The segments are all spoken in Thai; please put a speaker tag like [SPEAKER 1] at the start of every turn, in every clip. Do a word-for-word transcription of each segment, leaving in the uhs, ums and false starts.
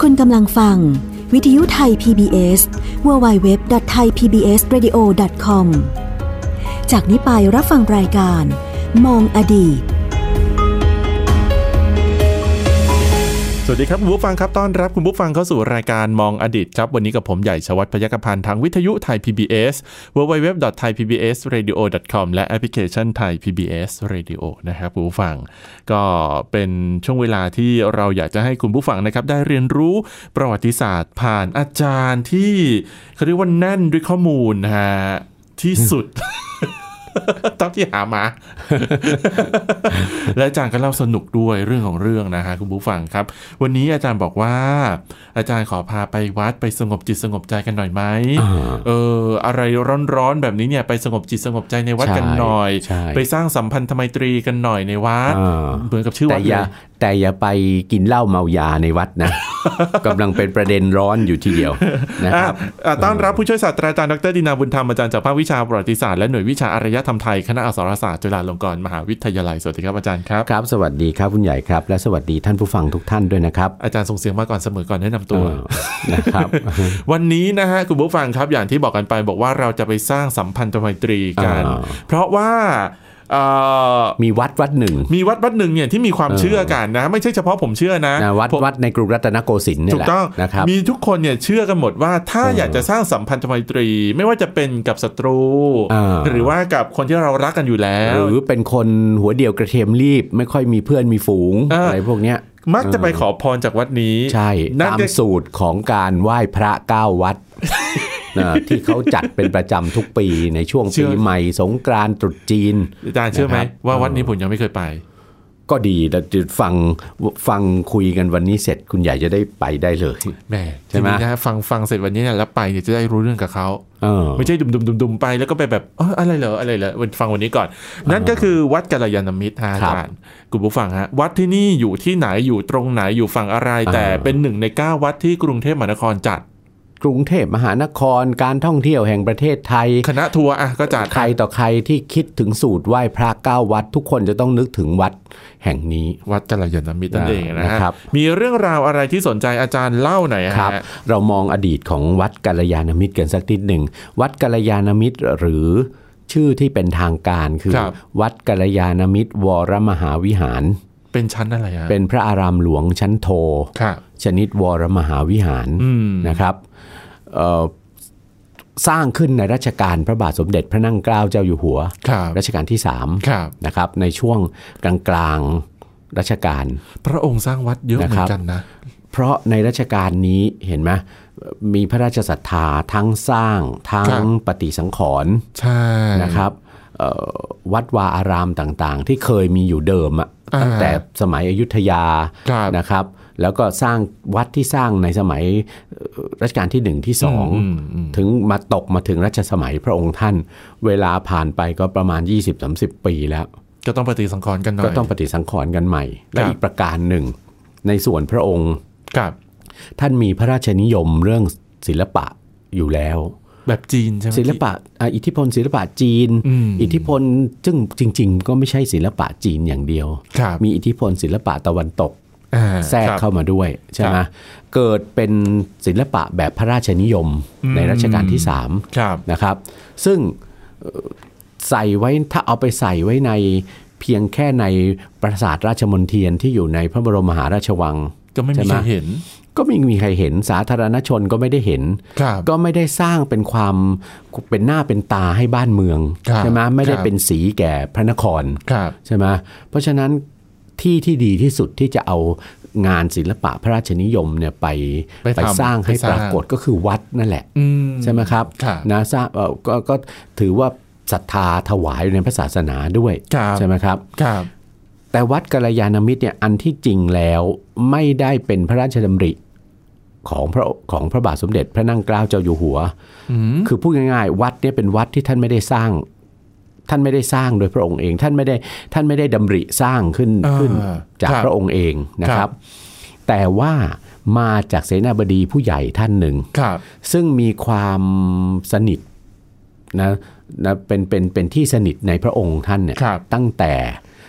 [SPEAKER 1] คุณกำลังฟังวิทยุไทย พี บี เอส ดับเบิลยู ดับเบิลยู ดับเบิลยู ดอท ไทย พี บี เอส เรดิโอ ดอท คอม จากนี้ไปรับฟังรายการมองอดีต
[SPEAKER 2] สวัสดีครับคุณผู้ฟังครับต้อนรับคุณผู้ฟังเข้าสู่รายการมองอดีตครับวันนี้กับผมใหญ่ชวัฒน์พยัคฆพันธ์ทางวิทยุไทย พี บี เอส ดับเบิลยู ดับเบิลยู ดับเบิลยู ดอท ไทย พี บี เอส เรดิโอ ดอท คอม และแอปพลิเคชัน Thai พี บี เอส Radio นะครับคุณผู้ฟังก็เป็นช่วงเวลาที่เราอยากจะให้คุณผู้ฟังนะครับได้เรียนรู้ประวัติศาสตร์ผ่านอาจารย์ที่เขาเรียกว่าแน่นด้วยข้อมูลนะฮะที่สุด ตอนที่หามา และอาจารย์ก็เล่าสนุกด้วยเรื่องของเรื่องนะฮะคุณผู้ฟังครับวันนี้อาจารย์บอกว่าอาจารย์ขอพาไปวัดไปสงบจิตสงบใจกันหน่อยไหมเอออะไรร้อนๆแบบนี้เนี่ยไปสงบจิตสงบใจในวัดกันหน่อยไปสร้างสัมพันธไมตรีกันหน่อยในวัดเหมือนกับชื่อวัดเลย
[SPEAKER 3] แต่อย่าไปกินเหล้าเมายาในวัดนะ กำลังเป็นประเด็นร้อนอยู่ทีเดียวนะครับ
[SPEAKER 2] ต้อนรับผู้ช่วยศาสตราจารย์ดร.ดินาบุญธรรมอาจารย์จากภาควิชาประวัติศาสตร์และหน่วยวิชาอารยธรรมไทยคณะอักษรศาสตร์จุฬาลงกรณ์มหาวิทยาลัยสวัสดีครับอาจารย์ครับ
[SPEAKER 3] ครับสวัสดีครับคุณใหญ่ครับและสวัสดีท่านผู้ฟังทุกท่านด้วยนะครับ
[SPEAKER 2] อาจารย์ส่งเสียงมาก่อนเสมอก่อนแนะนำตัวนะครับ วันนี้นะฮะคุณผู้ฟังครับอย่างที่บอกกันไปบอกว่าเราจะไปสร้างสัมพันธไมตรีกันเพราะว่า
[SPEAKER 3] มีวัดวัดหนึ่ง
[SPEAKER 2] มีวัดวัดหนึ่งเนี่ยที่มีความเชื่อกันนะไม่ใช่เฉพาะผมเชื่อนะ
[SPEAKER 3] วัดวัดในกรุงรัตนโกสินทร์เนี่ยแหละถูกต้อง
[SPEAKER 2] นะครับมีทุกคนเนี่ยเชื่อกันหมดว่าถ้าอยากจะสร้างสัมพันธไมตรีไม่ว่าจะเป็นกับศัตรูหรือว่ากับคนที่เรารักกันอยู่แล้ว
[SPEAKER 3] หรือเป็นคนหัวเดียวกระเทียมรีบไม่ค่อยมีเพื่อนมีฝูง อ, อะไรพวกเนี้ย
[SPEAKER 2] มักจะไปขอพรจากวัดนี้
[SPEAKER 3] ใช่ตามสูตรของการไหว้พระเก้าวัด ที่เขาจัดเป็นประจำทุกปีในช่วงปีใหม่สงกรานต์ตรุษจีน
[SPEAKER 2] อาจารย์เชื่อไหมว่าวัดนี้ผมยังไม่เคยไป
[SPEAKER 3] ก็ดีแต่ฟังฟังคุยกันวันนี้เสร็จคุณใหญ่จะได้ไปได้เลย
[SPEAKER 2] แม่ใช่ไหมนะฟังฟังเสร็จวันนี้เนี่ยแล้วไปเนี่ยจะได้รู้เรื่องกับเขาไม่ใช่ดุมดุมดุมดุมไปแล้วก็ไปแบบเอออะไรเหรออะไรเหรอฟังวันนี้ก่อนนั่นก็คือวัดกัลยาณมิตรอาจารย์คุณผู้ฟังฮะวัดที่นี่อยู่ที่ไหนอยู่ตรงไหนอยู่ฝั่งอะไรแต่เป็นหนึ่งในเก้าวัดที่กรุงเทพมหานครจัด
[SPEAKER 3] กรุงเทพมหานครการท่องเที่ยวแห่งประเทศไทย
[SPEAKER 2] คณะทัวร์อ่ะก็จัด
[SPEAKER 3] ใครต่อใครที่คิดถึงสูตรไหว้พระเก้าวัดทุกคนจะต้องนึกถึงวัดแห่งนี้
[SPEAKER 2] วัดกัลยาณมิตรนั่นเองนะครับมีเรื่องราวอะไรที่สนใจอาจารย์เล่าหน่อยครับ
[SPEAKER 3] เรามองอดีตของวัดกัลยาณมิตรกันสักนิดหนึ่งวัดกัลยาณมิตรหรือชื่อที่เป็นทางการคือวัดกัลยาณมิตรวรมหาวิหาร
[SPEAKER 2] เป็นชั้นอะไรอ่ะ
[SPEAKER 3] เป็นพระอารามหลวงชั้นโทชนิดวรมหาวิหารนะครับสร้างขึ้นในรัชกาลพระบาทสมเด็จพระนั่งเกล้าเจ้าอยู่หัวรัชกาลที่สามนะครับในช่วงกลางกลางรัชกาล
[SPEAKER 2] พระองค์สร้างวัดเยอะเหมือนกันนะ
[SPEAKER 3] เพราะในรัชกาลนี้เห็นไหมมีพระราชศรัทธาทั้งสร้างทั้งปฏิสังขรณ์นะครับวัดวาอารามต่างๆที่เคยมีอยู่เดิมอะตั้งแต่สมัยอยุธยานะครับแล้วก็สร้างวัดที่สร้างในสมัยรัชกาลที่หนึ่งที่สองถึงมาตกมาถึงรัชสมัยพระองค์ท่านเวลาผ่านไปก็ประมาณ ยี่สิบถึงสามสิบ ปีแล้ว
[SPEAKER 2] ก็ต้องปฏิสังขรณ์กันหน่อย
[SPEAKER 3] ก็ต้องปฏิสังขรณ์กันใหม่และอีกประการหนึ่งในส่วนพระองค์ท่านมีพระราชนิยมเรื่องศิลปะอยู่แล้ว
[SPEAKER 2] แบบจีนใช่ไหม
[SPEAKER 3] ศิลปะอิทธิพลศิลปะจีนอิทธิพลซึ่งจริงๆก็ไม่ใช่ศิลปะจีนอย่างเดียวมีอิทธิพลศิลปะตะวันตกแทรกเข้ามาด้วยใช่ไหมเกิดเป็นศิลปะแบบพระราชนิยมในรัชกาลที่สามนะครับซึ่งใส่ไว้ถ้าเอาไปใส่ไว้ในเพียงแค่ในปราสาทราชมณฑีที่อยู่ในพระบรมมหาราชวัง
[SPEAKER 2] ก็ไม่มีใครเห็น
[SPEAKER 3] ก็ไม่มีใครเห็นสาธารณชนก็ไม่ได้เห็นก็ไม่ได้สร้างเป็นความเป็นหน้าเป็นตาให้บ้านเมืองใช่ไหมไม่ได้เป็นสีแก่พระนครใช่ไหมเพราะฉะนั้นที่ที่ดีที่สุดที่จะเอางานศิลปะพระราชนิยมเนี่ยไปไปสร้างให้ปรากฏก็คือวัดนั่นแหละใช่ไหมครับนะสร้างก็ก็ถือว่าศรัทธาถวายในพระศาสนาด้วยใช่ไหมครับแต่วัดกัลยาณมิตรเนี่ยอันที่จริงแล้วไม่ได้เป็นพระราชดำริของพระของพระบาทสมเด็จพระนั่งเกล้าเจ้าอยู่หัวคือพูดง่ายๆวัดเนี่ยเป็นวัดที่ท่านไม่ได้สร้างท่านไม่ได้สร้างโดยพระองค์เองท่านไม่ได้ท่านไม่ได้ดำริสร้างขึ้นขึ้นจากพระองค์เองนะครับแต่ว่ามาจากเสนาบดีผู้ใหญ่ท่านหนึ่งซึ่งมีความสนิทนะนะเป็นเป็นเป็นที่สนิทในพระองค์ท่านเนี่ยตั้งแต่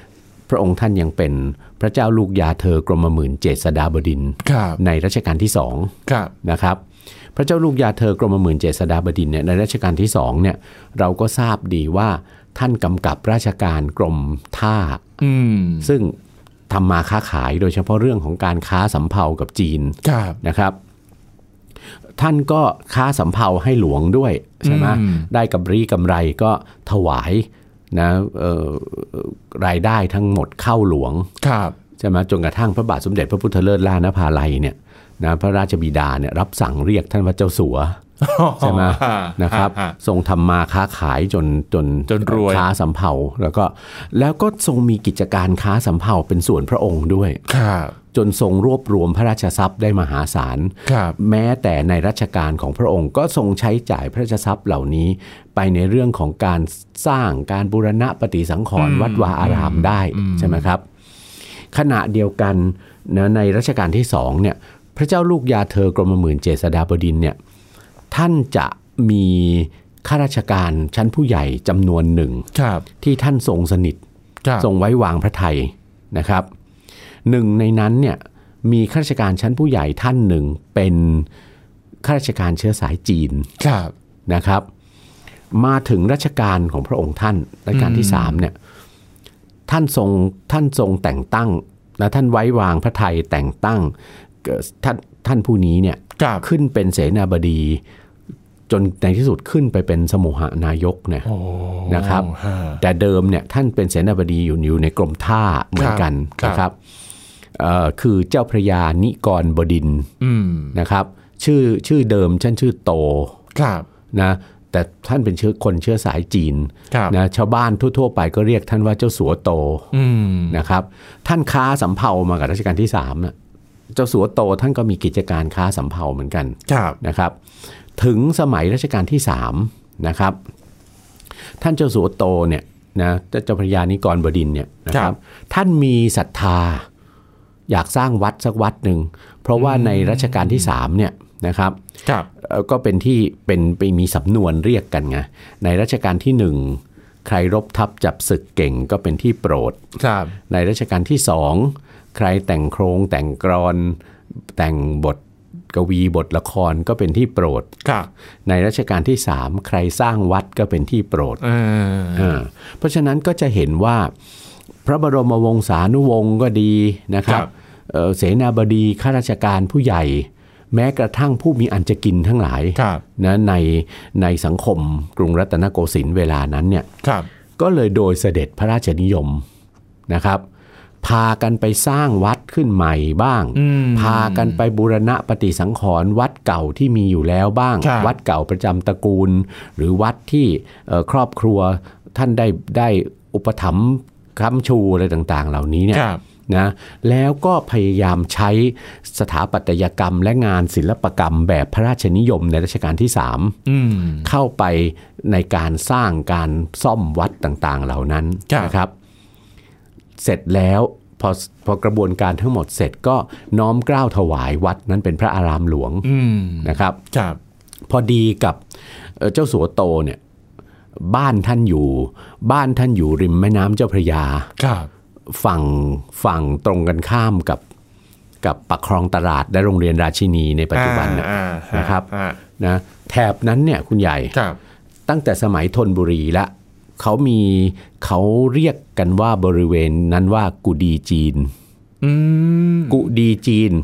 [SPEAKER 3] พระองค์ท่านยังเป็นพระเจ้าลูกยาเธอกรมหมื่นเจษฎาบดินทร์ในรัชกาลที่สองนะครับพระเจ้าลูกยาเธอกรมหมื่นเจษฎาบดินทร์เนี่ยในรัชกาลที่สองเนี่ยเราก็ทราบดีว่าท่านกำกับราชการกรมท่าซึ่งทำมาค้าขายโดยเฉพาะเรื่องของการค้าสำเภากับจีนนะครับท่านก็ค้าสำเภาให้หลวงด้วยใช่ไหมได้กำไรกำไรก็ถวายนะรายได้ทั้งหมดเข้าหลวงใช่ไหมจนกระทั่งพระบาทสมเด็จพระพุทธเลิศล่านภาลัยเนี่ยนะพระราชบิดาเนี่ยรับสั่งเรียกท่านพระเจ้าสัวใช่ไหมนะครับทรงทำมาค้าขายจนจน
[SPEAKER 2] จนรวย
[SPEAKER 3] ค้าสำเภาแล้วก็แล้วก็ทรงมีกิจการค้าสำเภาเป็นส่วนพระองค์ด้วยจนทรงรวบรวมพระราชทรัพย์ได้มหาศาลแม้แต่ในรัชกาลของพระองค์ก็ทรงใช้จ่ายพระราชทรัพย์เหล่านี้ไปในเรื่องของการสร้างการบูรณะปฏิสังขรณ์วัดวาอารามได้ใช่ไหมครับขณะเดียวกันนะในรัชกาลที่สองเนี่ยพระเจ้าลูกยาเธอกรมหมื่นเจษฎาบดินทร์เนี่ยท่านจะมีข้าราชการชั้นผู้ใหญ่จำนวนหนึ่งที่ท่านทรงสนิททรงไว้วางพระทัยนะครับหนึ่งในนั้นเนี่ยมีข้าราชการชั้นผู้ใหญ่ท่านหนึ่งเป็นข้าราชการเชื้อสายจีนนะครับมาถึงรัชกาลของพระองค์ท่านรัชกาลที่สามเนี่ยท่านทรงท่านทรงแต่งตั้งและท่านไว้วางพระทัยแต่งตั้งท่านท่านผู้นี้เนี่ยขึ้นเป็นเสนาบดีจนในที่สุดขึ้นไปเป็นสมุหนายกเนี่ยนะครับแต่เดิมเนี่ยท่านเป็นเสนาบดีอยู่อยู่ในกรมท่าเหมือนกันนะครับคือเจ้าพระยานิกรบดินทร์นะครับชื่อชื่อเดิมท่านชื่อโตนะแต่ท่านเป็นเชื้อคนเชื้อสายจีนนะชาวบ้านทั่วๆไปก็เรียกท่านว่าเจ้าสัวโตนะครับท่านค้าสำเภามากับรัชกาลที่สามนะเจ้าสัวโตท่านก็มีกิจการค้าสำเภาเหมือนกันนะครับถึงสมัยรัชกาลที่สามนะครับท่านเจ้าสัวโตเนี่ยนะเจ้าพระยานิกรบดินทร์เนี่ยนะครับท่านมีศรัทธาอยากสร้างวัดสักวัดหนึ่งเพราะว่าในรัชกาลที่สามเนี่ยนะครับก็เป็นที่เป็นไปมีสำนวนเรียกกันไงในรัชกาลที่หนึ่งใครรบทับจับศึกเก่งก็เป็นที่โปรดในรัชกาลที่สองใครแต่งโครงแต่งกลอนแต่งบทกวีบทละครก็เป็นที่โปรดในรัชกาลที่สามใครสร้างวัดก็เป็นที่โปรดเพราะฉะนั้นก็จะเห็นว่าพระบรมวงศานุวงศ์ก็ดีนะครับเสนาบดีข้าราชการผู้ใหญ่แม้กระทั่งผู้มีอันจะกินทั้งหลายนะในในสังคมกรุงรัตนโกสินทร์เวลานั้นเนี่ยก็เลยโดยเสด็จพระราชนิยมนะครับพากันไปสร้างวัดขึ้นใหม่บ้างพากันไปบูรณะปฏิสังขรณ์วัดเก่าที่มีอยู่แล้วบ้างวัดเก่าประจำตระกูลหรือวัดที่ครอบครัวท่านได้ได้อุปถัมภ์ค้ำชูอะไรต่างๆเหล่านี้เนี่ยนะแล้วก็พยายามใช้สถาปัตยกรรมและงานศิลปกรรมแบบพระราชนิยมในรัชกาลที่สามเข้าไปในการสร้างการซ่อมวัดต่างๆเหล่านั้นนะครับเสร็จแล้วพอพอกระบวนการทั้งหมดเสร็จก็น้อมเกล้าถวายวัดนั้นเป็นพระอารามหลวงนะครับพอดีกับเจ้าสัวโตเนี่ยบ้านท่านอยู่บ้านท่านอยู่ริมแม่น้ำเจ้าพระยาฝั่งฝั่งตรงกันข้ามกับกับปากคลองตลาดและโรงเรียนราชินีในปัจจุบันนะครับนะแถบนั้นเนี่ยคุณใหญ่ตั้งแต่สมัยธนบุรีละเขามีเขาเรียกกันว่าบริเวณนั้นว่ากุดีจีนกุดีจีน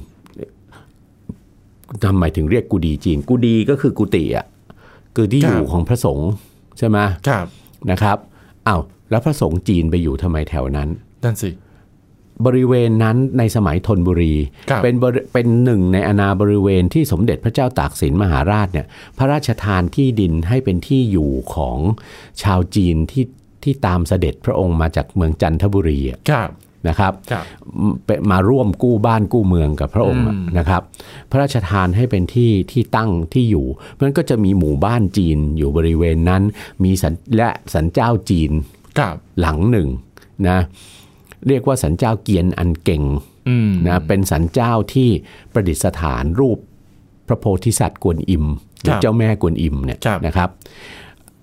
[SPEAKER 3] ทำไมถึงเรียกกุดีจีนกุดีก็คือกุฏิอ่ะคือที่อยู่ของพระสงฆ์ใช่ไหมนะครับอ้าวแล้วพระสงฆ์จีนไปอยู่ทำไมแถวนั้น
[SPEAKER 2] นั่นสิ
[SPEAKER 3] บริเวณนั้นในสมัยธนบุรีเป็นเป็นหนึ่งในอาณาบริเวณที่สมเด็จพระเจ้าตากสินมหาราชเนี่ยพระราชทานที่ดินให้เป็นที่อยู่ของชาวจีนที่ที่ตามเสด็จพระองค์มาจากเมืองจันทบุรีนะครับมาร่วมกู้บ้านกู้เมืองกับพระองค์นะครับพระราชทานให้เป็นที่ที่ตั้งที่อยู่เพราะฉะนั้นก็จะมีหมู่บ้านจีนอยู่บริเวณนั้นมีและศาลเจ้าจีนหลังหนึ่งนะเรียกว่าศาลเจ้าเกียนอันเก่งนะเป็นศาลเจ้าที่ประดิษฐานรูปพระโพธิสัตว์กวนอิมหรือเจ้าแม่กวนอิมเนี่ยนะครับ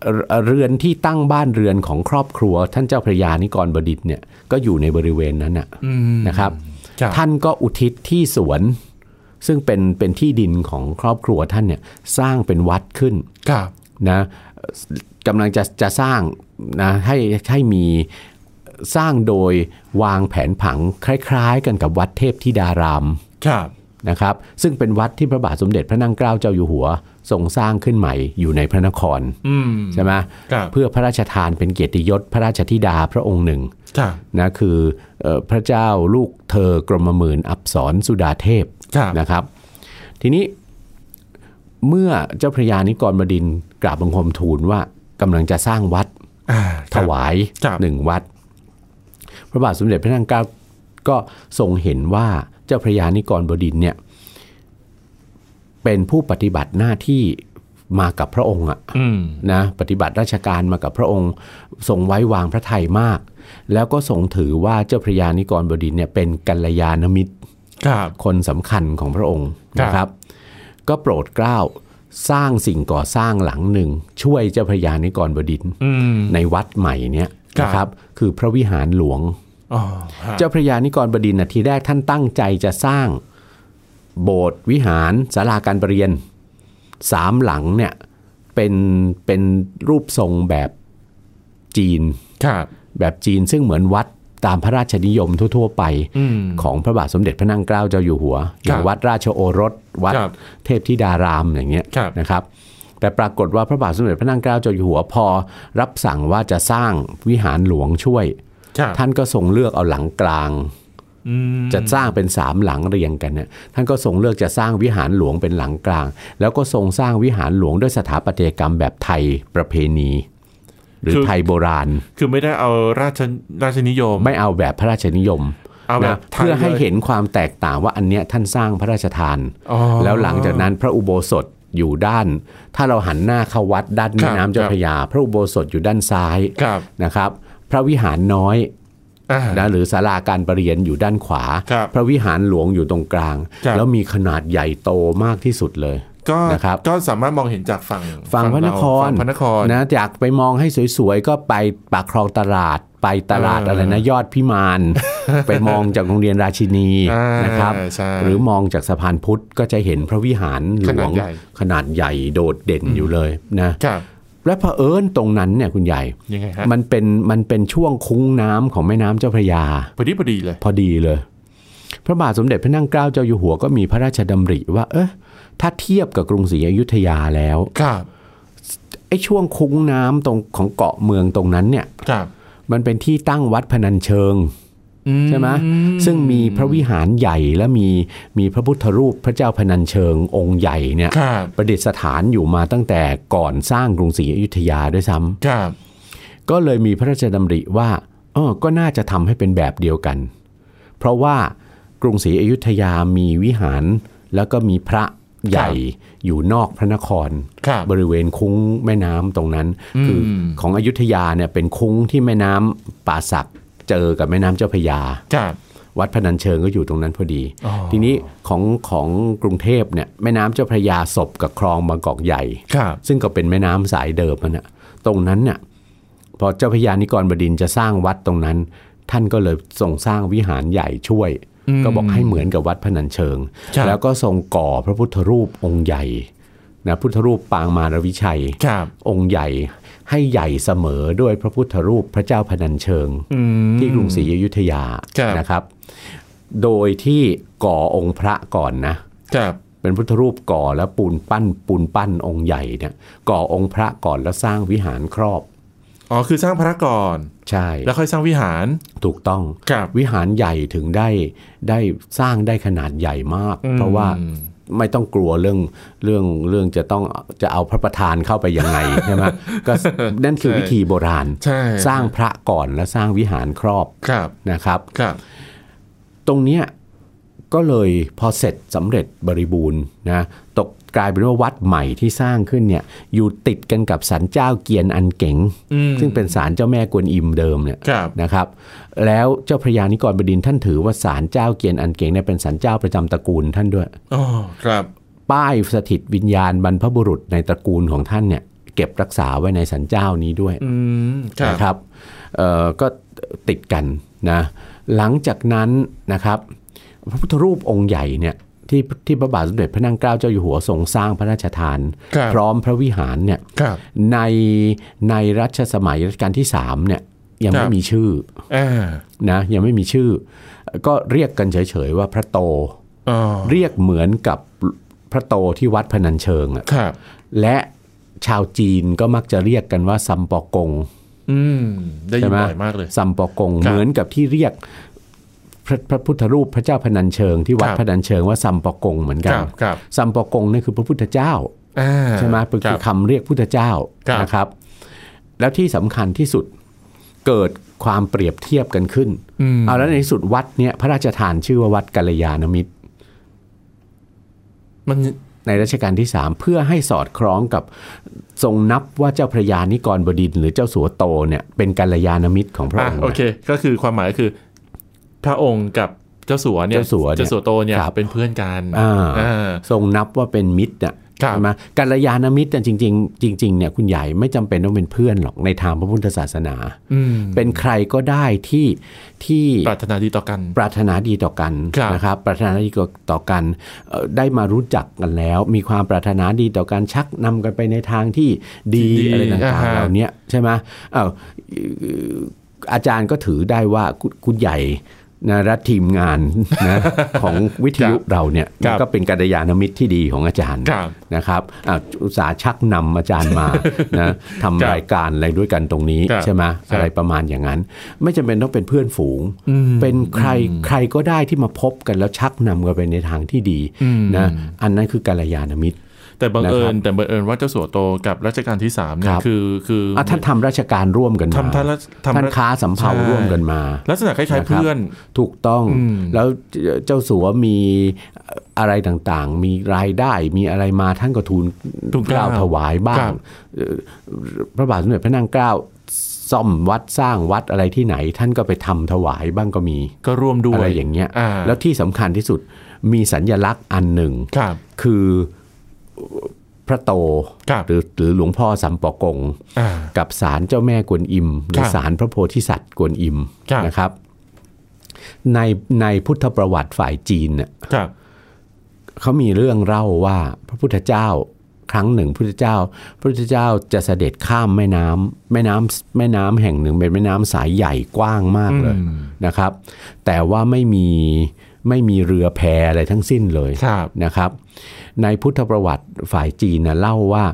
[SPEAKER 3] เรือนที่ตั้งบ้านเรือนของครอบครัวท่านเจ้าพระยานิกรบดินทร์เนี่ยก็อยู่ในบริเวณนั้นนะนะครับท่านก็อุทิศที่สวนซึ่งเป็นเป็นที่ดินของครอบครัวท่านเนี่ยสร้างเป็นวัดขึ้นนะกำลังจะจะสร้างนะให้ให้มีสร้างโดยวางแผนผังคล้ายๆกันกับวัดเทพธิดารามนะครับซึ่งเป็นวัดที่พระบาทสมเด็จพระนั่งเกล้าเจ้าอยู่หัวทรงสร้างขึ้นใหม่อยู่ในพระนครใช่ไหมเพื่อพระราชทานเป็นเกียรติยศพระราชธิดาพระองค์หนึ่งนะคือพระเจ้าลูกเธอกรมหมื่นอับสรสุดาเทพนะครับทีนี้เมื่อเจ้าพระยานิกรบดินทร์กราบบังคมทูลว่ากำลังจะสร้างวัดถวายหนึ่งวัดพระบาทสมเด็จพระนั่งเกล้าก็ทรงเห็นว่าเจ้าพระยานิกรบดินทร์เนี่ยเป็นผู้ปฏิบัติหน้าที่มากับพระองค์อะนะปฏิบัติราชการมากับพระองค์ทรงไว้วางพระทัยมากแล้วก็ทรงถือว่าเจ้าพระยานิกรบดินทร์เนี่ยเป็นกัลยาณมิตรคนสำคัญของพระองค์นะครับก็โปรดเกล้าสร้างสิ่งก่อสร้างหลังหนึ่งช่วยเจ้าพระยานิกรบดินทร์ในวัดใหม่เนี่ยนะครับคือพระวิหารหลวงเจ้าพระยานิกรบดินทร์ทีแรกท่านตั้งใจจะสร้างโบสถ์วิหารศาลาการประเรียนสามหลังเนี่ยเป็นเป็นรูปทรงแบบจีนแบบจีนซึ่งเหมือนวัดตามพระราชนิยมทั่วๆไปของพระบาทสมเด็จพระนั่งเกล้าเจ้าอยู่หัวอย่างวัดราชโอรสวัดเทพธิดารามอย่างเงี้ยนะครับแต่ปรากฏว่าพระบาทสมเด็จพระนั่งเกล้าเจ้าอยู่หัวพอรับสั่งว่าจะสร้างวิหารหลวงช่วยท่านก็ทรงเลือกเอาหลังกลางจะสร้างเป็นสามหลังเรียงกันเนี่ยท่านก็ทรงเลือกจะสร้างวิหารหลวงเป็นหลังกลางแล้วก็ทรงสร้างวิหารหลวงด้วยสถาปัตยกรรมแบบไทยประเพณีหรือไทยโบราณ
[SPEAKER 2] คือไม่ได้เอาราชราชนิยม
[SPEAKER 3] ไม่เอาแบบพระราชนิยมนะเพื่อให้เห็นความแตกต่างว่าอันเนี้ยท่านสร้างพระราชทานแล้วหลังจากนั้นพระอุโบสถอยู่ด้านถ้าเราหันหน้าเข้าวัดด้านแม่น้ำเจ้าพระยาพระอุโบสถอยู่ด้านซ้ายนะครับพระวิหารน้อยนะหรือศาลาการประเรียนอยู่ด้านขวาพระวิหารหลวงอยู่ตรงกลางแล้วมีขนาดใหญ่โตมากที่สุดเลย
[SPEAKER 2] ก็
[SPEAKER 3] นะครับ
[SPEAKER 2] ก็สามารถมองเห็นจากฝั่ง
[SPEAKER 3] ฝั่งพระนครนะอยากไปมองให้สวยๆก็ไปปากคลองตลาดไปตลาดอะไรนะยอดพิมาน ไปมองจากโรงเรียนราชินีนะครับหรือมองจากสะพานพุทธก็จะเห็นพระวิหารหลวงขนาดใหญ่โดดเด่นอยู่เลยนะและเผอิญตรงนั้นเนี่ยคุณใหญ่มันเป็นมันเป็นช่วงคุ้งน้ำของแม่น้ำเจ้าพระยา
[SPEAKER 2] พอดีพอดีเลย
[SPEAKER 3] พอดีเลยพระบาทสมเด็จพระนั่งเกล้าเจ้าอยู่หัวก็มีพระราชดำริว่าเออถ้าเทียบกับกรุงศรีอยุธยาแล้วไอ้ช่วงคุ้งน้ำตรงของเกาะเมืองตรงนั้นเนี่ยมันเป็นที่ตั้งวัดพนัญเชิงใช่ไหมซึ่งมีพระวิหารใหญ่และมีมีพระพุทธรูปพระเจ้าพนัญเชิงองค์ใหญ่เนี่ยประดิษฐานอยู่มาตั้งแต่ก่อนสร้างกรุงศรีอยุธยาด้วยซ้ำก็เลยมีพระราชดำริว่าเออก็น่าจะทำให้เป็นแบบเดียวกันเพราะว่ากรุงศรีอยุธยามีวิหารแล้วก็มีพระใหญ่อยู่นอกพระนครบริเวณคุ้งแม่น้ำตรงนั้นคือของอยุธยาเนี่ยเป็นคุ้งที่แม่น้ำป่าสักเจอกับแม่น้ำเจ้าพระยาวัดพนัญเชิงก็อยู่ตรงนั้นพอดีทีนี้ของของกรุงเทพเนี่ยแม่น้ำเจ้าพระยาสบกับคลองบางกอกใหญ่ซึ่งก็เป็นแม่น้ำสายเดิมนั่นน่ะตรงนั้นเนี่ยพอเจ้าพระยานิกรบดินทร์จะสร้างวัดตรงนั้นท่านก็เลยทรงสร้างวิหารใหญ่ช่วยก็บอกให้เหมือนกับวัดพนัญเชิงแล้วก็ทรงก่อพระพุทธรูปองค์ใหญ่นะพุทธรูปปางมารวิชัยองค์ใหญ่ให้ใหญ่เสมอด้วยพระพุทธรูปพระเจ้าพนัญเชิงที่กรุงศรีอยุธยานะครับโดยที่ก่อองค์พระก่อนนะเป็นพุทธรูปก่อแล้วปูนปั้นปูนปั้นองค์ใหญ่เนี่ยก่อองค์พระก่อนแล้วสร้างวิหารครอบ
[SPEAKER 2] อ๋อคือสร้างพระก่อน
[SPEAKER 3] ใช่
[SPEAKER 2] แล้วค่อยสร้างวิหาร
[SPEAKER 3] ถูกต้องวิหารใหญ่ถึงได้ได้สร้างได้ขนาดใหญ่มากเพราะว่าไม่ต้องกลัวเรื่องเรื่องเรื่องจะต้องจะเอาพระประธานเข้าไปยังไงใช่ไหมก็นั่นคือวิธีโบราณสร้างพระก่อนแล้วสร้างวิหารครอบนะครับตรงเนี้ยก็เลยพอเสร็จสำเร็จบริบูรณ์นะตกกลายเป็นว่าวัดใหม่ที่สร้างขึ้นเนี่ยอยู่ติดกันกับศาลเจ้าเกียนอันเก๋งซึ่งเป็นศาลเจ้าแม่กวนอิมเดิมเนี่ยนะครับแล้วเจ้าพระยานิกรบดินทร์ท่านถือว่าศาลเจ้าเกียนอันเก๋งเนี่ยเป็นศาลเจ้าประจำตระกูลท่านด้วย
[SPEAKER 2] อ๋อครับ
[SPEAKER 3] ป้ายสถิตวิญญาณบรรพบุรุษในตระกูลของท่านเนี่ยเก็บรักษาไว้ในศาลเจ้านี้ด้วยนะครับก็ติดกันนะหลังจากนั้นนะครับพระพุทธรูปองค์ใหญ่เนี่ยที่ที่พระบาทสมเด็จพระนั่งเกล้าเจ้าอยู่หัวทรงสร้างพระราชทานพร้อมพระวิหารเนี่ยในในรัชสมัยรัชกาลที่สามเนี่ยยังไม่มีชื่อนะยังไม่มีชื่อก็เรียกกันเฉยๆว่าพระโตเรียกเหมือนกับพระโตที่วัดพนัญเชิงอ่ะและชาวจีนก็มักจะเรียกกันว่าซัมปอกง
[SPEAKER 2] ได้ยินบ่อยมากเลย
[SPEAKER 3] ซัมปอกงเหมือนกับที่เรียกพระพระพุทธรูปพระเจ้าพนัญเชิงที่วัดพนัญเชิงว่าซัมปอกงเหมือนกันซัมปอกงนี่คือพระพุทธเจ้าใช่ไหมคือคำเรียกพุทธเจ้านะครับแล้วที่สำคัญที่สุดเกิดความเปรียบเทียบกันขึ้นเอาแล้วในที่สุดวัดเนี้ยพระราชทานชื่อว่าวัดกัลยาณมิตร
[SPEAKER 2] มัน
[SPEAKER 3] ในรัชกาลที่สามเพื่อให้สอดคล้องกับทรงนับว่าเจ้าพระยานิกรบดินทร์หรือเจ้าสัวโตเนี่ยเป็นกัลยาณมิตรของพระองค์
[SPEAKER 2] โอเคก็คือความหมายคือพระองค์กับเจ้าสัวเนี่ยเจ้าสัวโตเนี่ยเป็นเพื่อนกัน
[SPEAKER 3] ทรงนับว่าเป็นมิตรอ่ะใช่ไหมกัลยาณมิตรแต่จริงๆจริงๆเนี่ยคุณใหญ่ไม่จำเป็นต้องเป็นเพื่อนหรอกในทางพระพุทธศาสนาเป็นใครก็ได้ที่ที่
[SPEAKER 2] ปรารถนาดีต่อกัน
[SPEAKER 3] ปรารถนาดีต่อกันนะครับปรารถนาดีต่อกันได้มารู้จักกันแล้วมีความปรารถนาดีต่อกันชักนำกันไปในทางที่ดีอะไรต่างๆเหล่านี้ใช่ไหมอ้าวอาจารย์ก็ถือได้ว่าคุณใหญ่นะรัฐทีมงานนะของวิทยุเราเนี่ยก็เป็นกัลยาณมิตรที่ดีของอาจารย์นะครับอุตสาห์ชักนำอาจารย์มานะทำรายการอะไรด้วยกันตรงนี้ใช่ไหมอะไรประมาณอย่างนั้นไม่จำเป็นต้องเป็นเพื่อนฝูงเป็นใครใครก็ได้ที่มาพบกันแล้วชักนำกันไปในทางที่ดีนะอันนั้นคือกัลยาณมิตร
[SPEAKER 2] แต่บังเอิญแต่บังเอิญว่าเจ้าสัวโตกับรัชกาลที่สามเนี่ยคือคือ
[SPEAKER 3] ท่านทำราชการร่วมกันมาท่านค้าสำเภาร่วมกันมา
[SPEAKER 2] ลักษณะคล้ายๆเพื่อน
[SPEAKER 3] ถูกต้องแล้วเจ้าสัวมีอะไรต่างๆมีรายได้มีอะไรมาท่านก็ทูลเกล้าถวายบ้างพระบาทสมเด็จพระนั่งเกล้าซ่อมวัดสร้างวัดอะไรที่ไหนท่านก็ไปทำถวายบ้างก็มี
[SPEAKER 2] ก็ร่วมด้วย
[SPEAKER 3] อะไรอย่างเงี้ยแล้วที่สำคัญที่สุดมีสัญลักษณ์อันหนึ่งคือพระโตหรือหรือหลวงพ่อสัมปอกงกับศาลเจ้าแม่กวนอิมหรือศาลพระโพธิสัตว์กวนอิมนะครับในในพุทธประวัติฝ่ายจีนเนี่ยเขามีเรื่องเล่าว่าพระพุทธเจ้าครั้งหนึ่งพระพุทธเจ้าพระพุทธเจ้าจะเสด็จข้ามแม่น้ำแม่น้ำแม่น้ำแห่งหนึ่งเป็นแม่น้ำสายใหญ่กว้างมากเลยนะครับแต่ว่าไม่มีไม่มีเรือแพอะไรทั้งสิ้นเลยนะครับในพุทธประวัติฝ่ายจีนนะเล่าว่า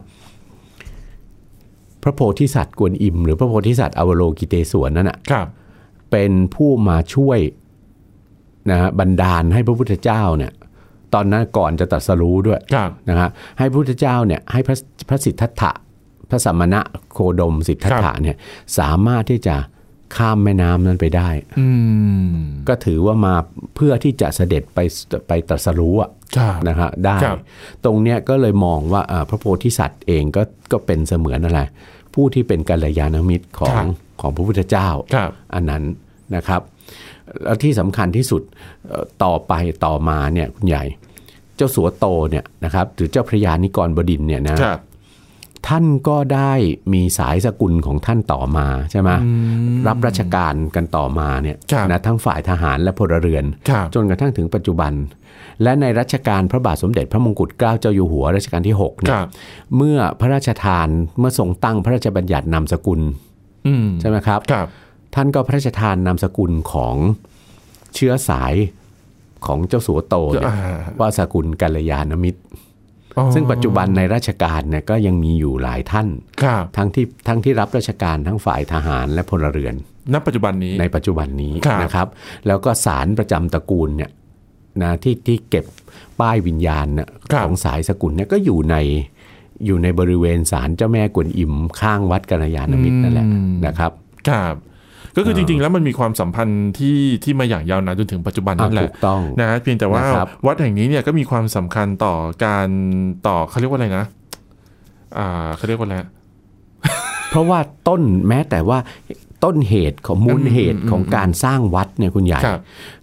[SPEAKER 3] พระโพธิสัตว์กวนอิมหรือพระโพธิสัตว์อวโลกิเตศวรนั่นนะเป็นผู้มาช่วยนะบันดาลให้พระพุทธเจ้าเนี่ยตอนนั้นก่อนจะตรัสรู้ด้วยนะฮะให้พระพุทธเจ้าเนี่ยให้พระพระสิทธัตถะพระสัมมณะโคดมสิทธัตถะเนี่ยสามารถที่จะข้ามแม่น้ำนั้นไปได้ก็ถือว่ามาเพื่อที่จะเสด็จไปไปตรัสรู้นะฮะได้ตรงเนี้ยก็เลยมองว่าพระโพธิสัตว์เองก็ก็เป็นเสมือนอะไรผู้ที่เป็นกัลยาณมิตรของของพระพุทธเจ้าอันนั้นนะครับแล้วที่สำคัญที่สุดต่อไปต่อมาเนี่ยคุณใหญ่เจ้าสัวโตเนี่ยนะครับหรือเจ้าพระยานิกรบดินทร์เนี่ยนะท่านก็ได้มีสายสกุลของท่านต่อมาใช่ไหมรับราชการกันต่อมาเนี่ยนะทั้งฝ่ายทหารและพลเรือนจนกระทั่งถึงปัจจุบันและในรัชกาลพระบาทสมเด็จพระมงกุฎเกล้าเจ้าอยู่หัวรัชกาลที่หกเนี่ยเมื่อพระราชทานเมื่อทรงตั้งพระราชบัญญัตินามสกุลใช่ไหมครับท่านก็พระราชทานนามสกุลของเชื้อสายของเจ้าสัวโตว่าสกุลกัลยาณมิตรซึ่งปัจจุบันในราชการเนี่ยก็ยังมีอยู่หลายท่านทั้งที่ทั้งที่รับราชการทั้งฝ่ายทหารและพลเรือน
[SPEAKER 2] ณปัจจุบันนี้
[SPEAKER 3] ในปัจจุบันนี้นะครับแล้วก็ศาลประจำตระกูลเนี่ยนะที่ที่เก็บป้ายวิญญาณของสายสกุลเนี่ยก็อยู่ในอยู่ในบริเวณศาลเจ้าแม่กวนอิมข้างวัดกัลยาณมิตรนั่นแหละนะครับ
[SPEAKER 2] ครับก็คือจริงๆแล้วมันมีความสัมพันธ์ที่ที่มาอย่างยาวนานจนถึงปัจจุบันนั่นแหละนะเพียงแต่ว่าวัดแห่งนี้เนี่ยก็มีความสำคัญต่อการต่อเขาเรียกว่าอะไรนะอ่าเขาเรียกว่าอะไร
[SPEAKER 3] เพราะว่าต้นแม้แต่ว่าต้นเหตุของมูลเหตุของการสร้างวัดเนี่ยคุณใหญ่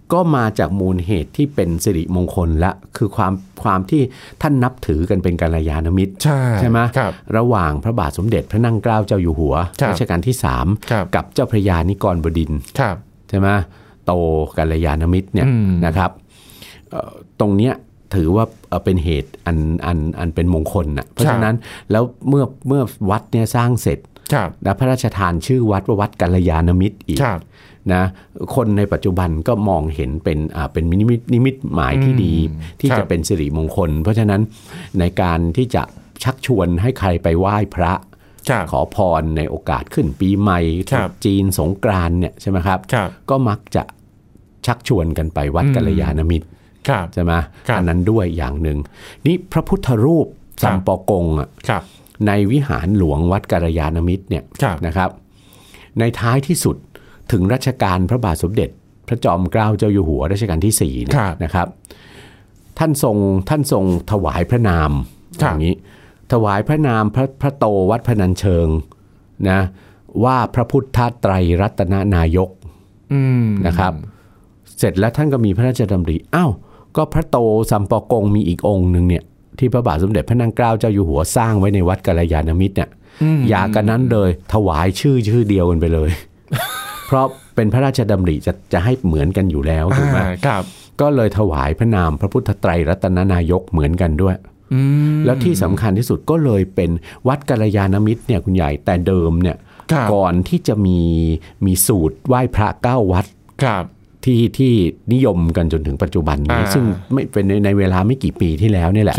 [SPEAKER 3] ก็มาจากมูลเหตุที่เป็นสิริมงคลละคือความความที่ท่านนับถือกันเป็นกัลยาณมิตรใช่ใช่ไหมระหว่างพระบาทสมเด็จพระนั่งเกล้าเจ้าอยู่หัวรัชกาลที่สามกับเจ้าพระยานิกรบดินทร์ใช่ไหมโตกัลยาณมิตรเนี่ยนะครับตรงเนี้ยถือว่าเป็นเหตุอันอันอันเป็นมงคลนะเพราะฉะนั้นแล้วเมื่อเมื่อวัดเนี่ยสร้างเสร็จและพระราชทานชื่อวัดว่าวัดกัลยาณมิตรอีกนะคนในปัจจุบันก็มองเห็นเป็นอ่าเป็นนิมิตนิมิตหมายที่ดีที่จะเป็นสิริมงคลเพราะฉะนั้นในการที่จะชักชวนให้ใครไปไหว้พระขอพรในโอกาสขึ้นปีใหม่จีนสงกรานต์เนี่ยใช่ไหมครับก็มักจะชักชวนกันไปวัดกัลยาณมิตรใช่ไหมอันนั้นด้วยอย่างหนึ่งนี่พระพุทธรูปสัมปอกงอ่ะในวิหารหลวงวัดกัลยาณมิตรเนี่ยนะครับในท้ายที่สุดถึงรัชกาลพระบาทสมเด็จพระจอมเกล้าเจ้าอยู่หัวรัชกาลที่สี่นะครับท่านทรงท่านทรงถวายพระนามอย่างนี้ถวายพระนามพระพระโตวัดพนัญเชิงนะว่าพระพุทธไตรรัตนนายกนะครับเสร็จแล้วท่านก็มีพระราชดำริอ้าวก็พระโตสัมปอกงมีอีกองค์หนึ่งเนี่ยที่พระบาทสมเด็จพระนั่งเกล้าเจ้าอยู่หัวสร้างไว้ในวัดกัลยาณมิตรเนี่ยอย่ากันนั้นเลยถวายชื่อชื่อเดียวกันไปเลย เพราะเป็นพระราชดำริจะจะให้เหมือนกันอยู่แล้วถูกไหมครับก็เลยถวายพระนามพระพุทธไตรรัตนนายกเหมือนกันด้วยแล้วที่สำคัญที่สุดก็เลยเป็นวัดกัลยาณมิตรเนี่ยคุณใหญ่แต่เดิมเนี่ยก่อนที่จะมีมีสูตรไหว้พระเก้าวัดที่ที่นิยมกันจนถึงปัจจุบันนี้ซึ่งไม่เป็นในในเวลาไม่กี่ปีที่แล้วนี่แหละ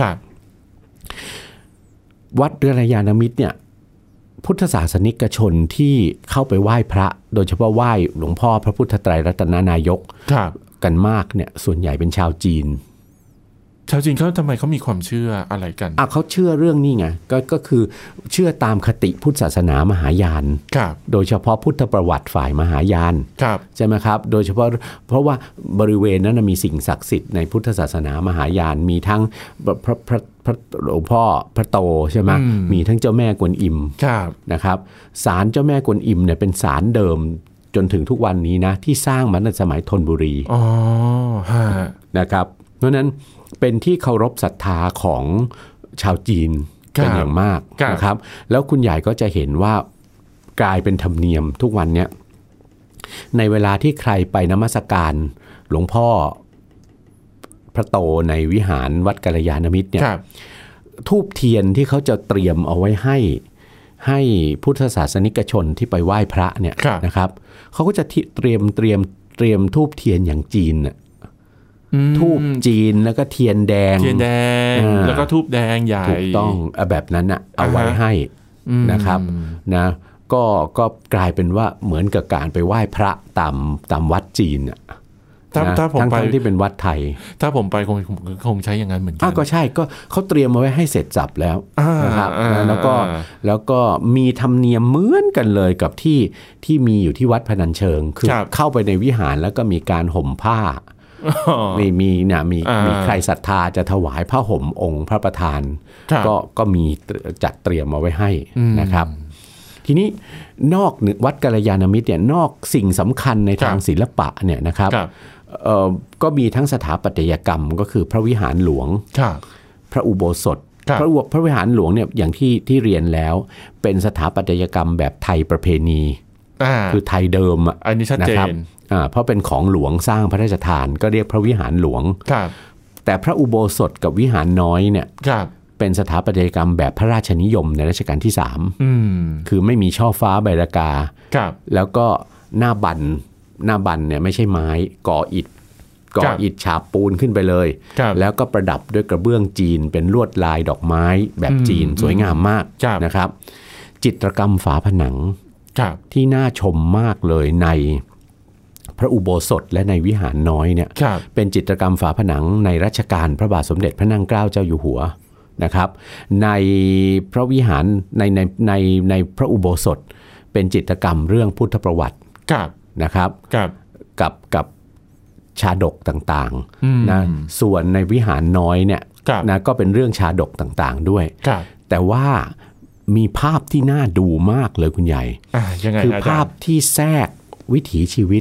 [SPEAKER 3] วัดกัลยาณมิตรเนี่ยพุทธศาสนิกชนที่เข้าไปไหว้พระโดยเฉพาะไหว้หลวงพ่อพระพุทธไตรรัตนนายกกันมากเนี่ยส่วนใหญ่เป็นชาวจีน
[SPEAKER 2] ชาวจีนเขาทำไมเขามีความเชื่ออะไรกัน
[SPEAKER 3] อ่ะเขาเชื่อเรื่องนี้ไงก็ก็คือเชื่อตามคติพุทธศาสนามหายานโดยเฉพาะพุทธประวัติฝ่ายมหายานใช่ไหมครับโดยเฉพาะเพราะว่าบริเวณนั้นมีสิ่งศักดิ์สิทธิ์ในพุทธศาสนามหายานมีทั้งพระพระพระหลวงพ่อพระโตใช่ไหมมีทั้งเจ้าแม่กวนอิมนะครับศาลเจ้าแม่กวนอิมเนี่ยเป็นศาลเดิมจนถึงทุกวันนี้นะที่สร้างมาในสมัยธนบุรีอ๋อนะครับเพราะนั้นเป็นที่เคารพศรัทธาของชาวจีนเป็นอย่างมากนะครับแล้วคุณใหญ่ก็จะเห็นว่ากลายเป็นธรรมเนียมทุกวันเนี้ยในเวลาที่ใครไปนมัสการหลวงพ่อพระโตในวิหารวัดกัลยาณมิตรเนี่ยธูปเทียนที่เขาจะเตรียมเอาไว้ให้ให้พุทธศาสนิกชนที่ไปไหว้พระเนี่ยนะครับเขาก็จะเตรียมเตรียมเตรียมธูปเทียนอย่างจีนน่ะทูบจีนแล้วก็เทียนแดง
[SPEAKER 2] เทียนแดงแล้วก็ทูบแดงใหญ่
[SPEAKER 3] ถูกต้องแบบนั้นอ่ะเอาไว้ให้นะครับนะก็ก็กลายเป็นว่าเหมือนกับการไปไหว้พระตามตามวัดจีนอ่ะ
[SPEAKER 2] ถ้าถ้าผมไป
[SPEAKER 3] ที่เป็นวัดไทย
[SPEAKER 2] ถ้าผมไปคงคงใช้อย่างนั้นเหมือนกั
[SPEAKER 3] นก็ใช่ก็เขาเตรียมมาไว้ให้เสร็จสับแล้วนะครับแล้วก็แล้วก็มีธรรมเนียมเหมือนกันเลยกับที่ที่มีอยู่ที่วัดพนัญเชิงคือเข้าไปในวิหารแล้วก็มีการห่มผ้ามีมีเนี่ยมีมีใครศรัทธาจะถวายผ้าห่มองค์พระประธานก็ก็มีจัดเตรียมมาไว้ให้นะครับทีนี้นอกวัดกัลยาณมิตรเนี่ยนอกสิ่งสำคัญในทางศิลปะเนี่ยนะครับก็มีทั้งสถาปัตยกรรมก็คือพระวิหารหลวงพระอุโบสถพระพระวิหารหลวงเนี่ยอย่างที่ที่เรียนแล้วเป็นสถาปัตยกรรมแบบไทยประเพณีคือไทยเดิมอ่ะ
[SPEAKER 2] อันนี้ชัดเจน
[SPEAKER 3] อ่าเพราะเป็นของหลวงสร้างพระราชทานก็เรียกพระวิหารหลวงแต่พระอุโบสถกับวิหารน้อยเนี่ยเป็นสถาปัตยกรรมแบบพระราชนิยมในรัชกาลที่สามคือไม่มีช่อฟ้าใบระกาแล้วก็หน้าบันหน้าบันเนี่ยไม่ใช่ไม้ก่ออิฐก่ออิฐฉาบปูนขึ้นไปเลยแล้วก็ประดับด้วยกระเบื้องจีนเป็นลวดลายดอกไม้แบบจีนสวยงามมากนะครับจิตรกรรมฝาผนังที่น่าชมมากเลยในพระอุโบสถและในวิหารน้อยเนี่ยเป็นจิตรกรรมฝาผนังในรัชกาลพระบาทสมเด็จพระนั่งเกล้าเจ้าอยู่หัวนะครับในพระวิหารในในในในพระอุโบสถเป็นจิตรกรรมเรื่องพุทธประวัตินะครับกับกับชาดกต่างๆนะส่วนในวิหารน้อยเนี่ยนะก็เป็นเรื่องชาดกต่างๆด้วยแต่ว่ามีภาพที่น่าดูมากเลยคุณใหญ่คือภาพที่แทรกวิถีชีวิต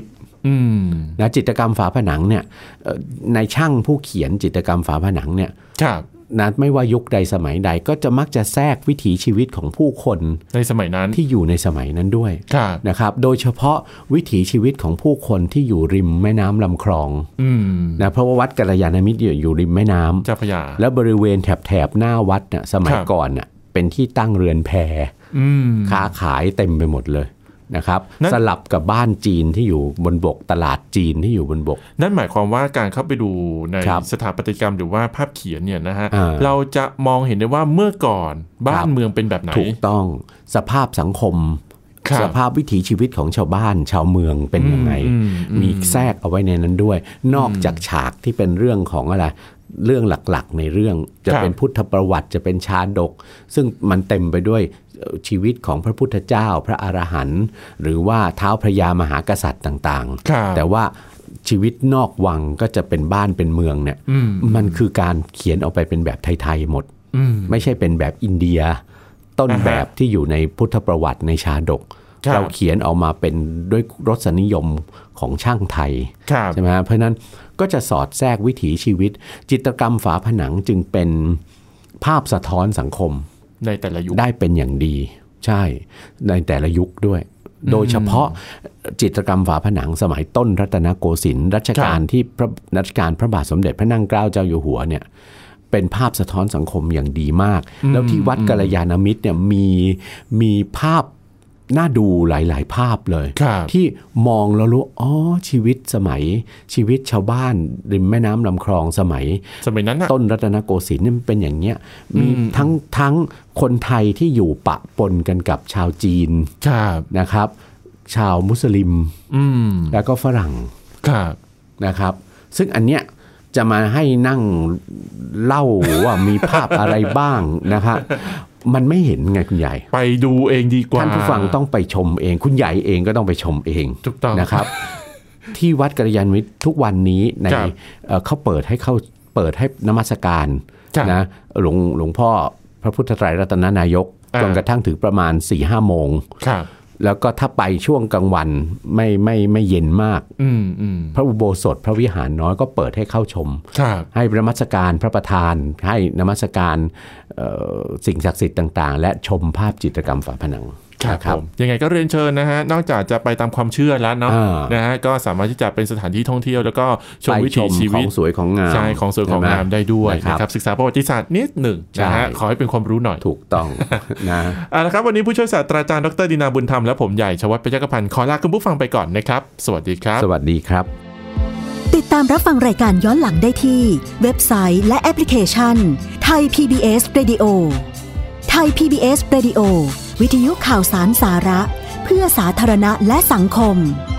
[SPEAKER 3] นะจิตรกรรมฝาผนังเนี่ยในช่างผู้เขียนจิตรกรรมฝาผนังเนี่ยนะไม่ว่ายุคใดสมัยใดก็จะมักจะแทรกวิถีชีวิตของผู้คน
[SPEAKER 2] ในสมัยนั้น
[SPEAKER 3] ที่อยู่ในสมัยนั้นด้วยนะครับโดยเฉพาะวิถีชีวิตของผู้คนที่อยู่ริมแม่น้ำลำคลองนะเพราะว่าวัดกัลยาณมิตรอยู่ริมแม่น้ำ
[SPEAKER 2] เจ้าพระยา
[SPEAKER 3] แล้วบริเวณแถบๆหน้าวัดเนี่ยสมัยก่อนเนี่ยเป็นที่ตั้งเรือนแพค้าขายเต็มไปหมดเลยนะครับสลับกับบ้านจีนที่อยู่บนบกตลาดจีนที่อยู่บนบก
[SPEAKER 2] นั่นหมายความว่าการเข้าไปดูในสถาปัตยกรรมหรือว่าภาพเขียนเนี่ยนะฮะเราจะมองเห็นได้ว่าเมื่อก่อนบ้านเมืองเป็นแบบไหน
[SPEAKER 3] ถูกต้องสภาพสังคมสภาพวิถีชีวิตของชาวบ้านชาวเมืองเป็นยังไงมีแทรกเอาไว้ในนั้นด้วยนอกจากฉากที่เป็นเรื่องของอะไรเรื่องหลักๆในเรื่องจะเป็นพุทธประวัติจะเป็นชาดกซึ่งมันเต็มไปด้วยชีวิตของพระพุทธเจ้าพระอรหันต์หรือว่าท้าวพระยามหากษัตริย์ต่างๆแต่ว่าชีวิตนอกวังก็จะเป็นบ้านเป็นเมืองเนี่ยมันคือการเขียนออกไปเป็นแบบไทยๆหมดไม่ใช่เป็นแบบอินเดียต้นแบบที่อยู่ในพุทธประวัติในชาดกเราเขียนออกมาเป็นด้วยรสนิยมของช่างไทยใช่ไหมเพราะนั้นก็จะสอดแทรกวิถีชีวิตจิตรกรรมฝาผนังจึงเป็นภาพสะท้อนสังคม
[SPEAKER 2] ในแต่ละยุค
[SPEAKER 3] ได้เป็นอย่างดีใช่ในแต่ละยุคด้วยโดยเฉพาะจิตรกรรมฝาผนังสมัยต้นรัตนโกสินทร์รัชกาลที่พระรัชกาลพระบาทสมเด็จพระนั่งเกล้าเจ้าอยู่หัวเนี่ยเป็นภาพสะท้อนสังคมอย่างดีมากแล้วที่วัดกัลยาณมิตรเนี่ยมีมีภาพน่าดูหลายๆภาพเลยที่มองแล้วรู้อ๋อชีวิตสมัยชีวิตชาวบ้านริมแม่น้ำลำคลองสมัย
[SPEAKER 2] สมัยนั้น
[SPEAKER 3] ต้นรัตนโกสินทร์นี่มันเป็นอย่างเนี้ยมีทั้งทั้งคนไทยที่อยู่ปะปนกันกับชาวจีนนะครับชาวมุสลิมแล้วก็ฝรั่งนะครับซึ่งอันเนี้ยจะมาให้นั่งเล่าว่ามีภาพอะไรบ้างนะครับมันไม่เห็นไงคุณใหญ่
[SPEAKER 2] ไปดูเองดีกว่า
[SPEAKER 3] ท่านผู้ฟังต้องไปชมเองคุณใหญ่เองก็ต้องไปชมเอง
[SPEAKER 2] ถูกต้อง
[SPEAKER 3] นะครับ ที่วัดกัลยาณมิตรทุกวันนี้ในเขาเปิดให้เข้าเปิดให้นมัสการนะหลวงหลวงพ่อพระพุทธไตรรัตนนายกจนกระทั่งถึงประมาณ สี่ห้า โมงแล้วก็ถ้าไปช่วงกลางวันไม่ไม่ไม่เย็นมากพระอุโบสถพระวิหารน้อยก็เปิดให้เข้าชมให้นมัสการพระประธานให้นมัสการสิ่งศักดิ์สิทธิ์ต่างๆและชมภาพจิตรกรรมฝาผนัง
[SPEAKER 2] ครับยังไงก็เรียนเชิญนะฮะนอกจากจะไปตามความเชื่อแล้วเนาะนะฮะก็สามารถที่จะเป็นสถานที่ท่องเที่ยวแล้วก็ชมวิถีชีวิต
[SPEAKER 3] ของสวยของงาม
[SPEAKER 2] ใช่ของสวยของงามได้ด้วยนะครับศึกษาประวัติศาสตร์นิดหนึ่งนะฮะขอให้เป็นความรู้หน่อย
[SPEAKER 3] ถูกต้องนะ
[SPEAKER 2] เอาละครับวันนี้ผู้ช่วยศาสตราจารย์ดรดินาบุญธรรมและผมใหญ่ชวัฒน์พยัคฆพันธ์ขอลาคุณผู้ฟังไปก่อนนะครับสวัสดีครับ
[SPEAKER 3] สวัสดีครับ
[SPEAKER 1] ติดตามรับฟังรายการย้อนหลังได้ที่เว็บไซต์และแอปพลิเคชัน Thai พี บี เอส Radio Thai พี บี เอส Radio วิทยุข่าวสารสาระเพื่อสาธารณะและสังคม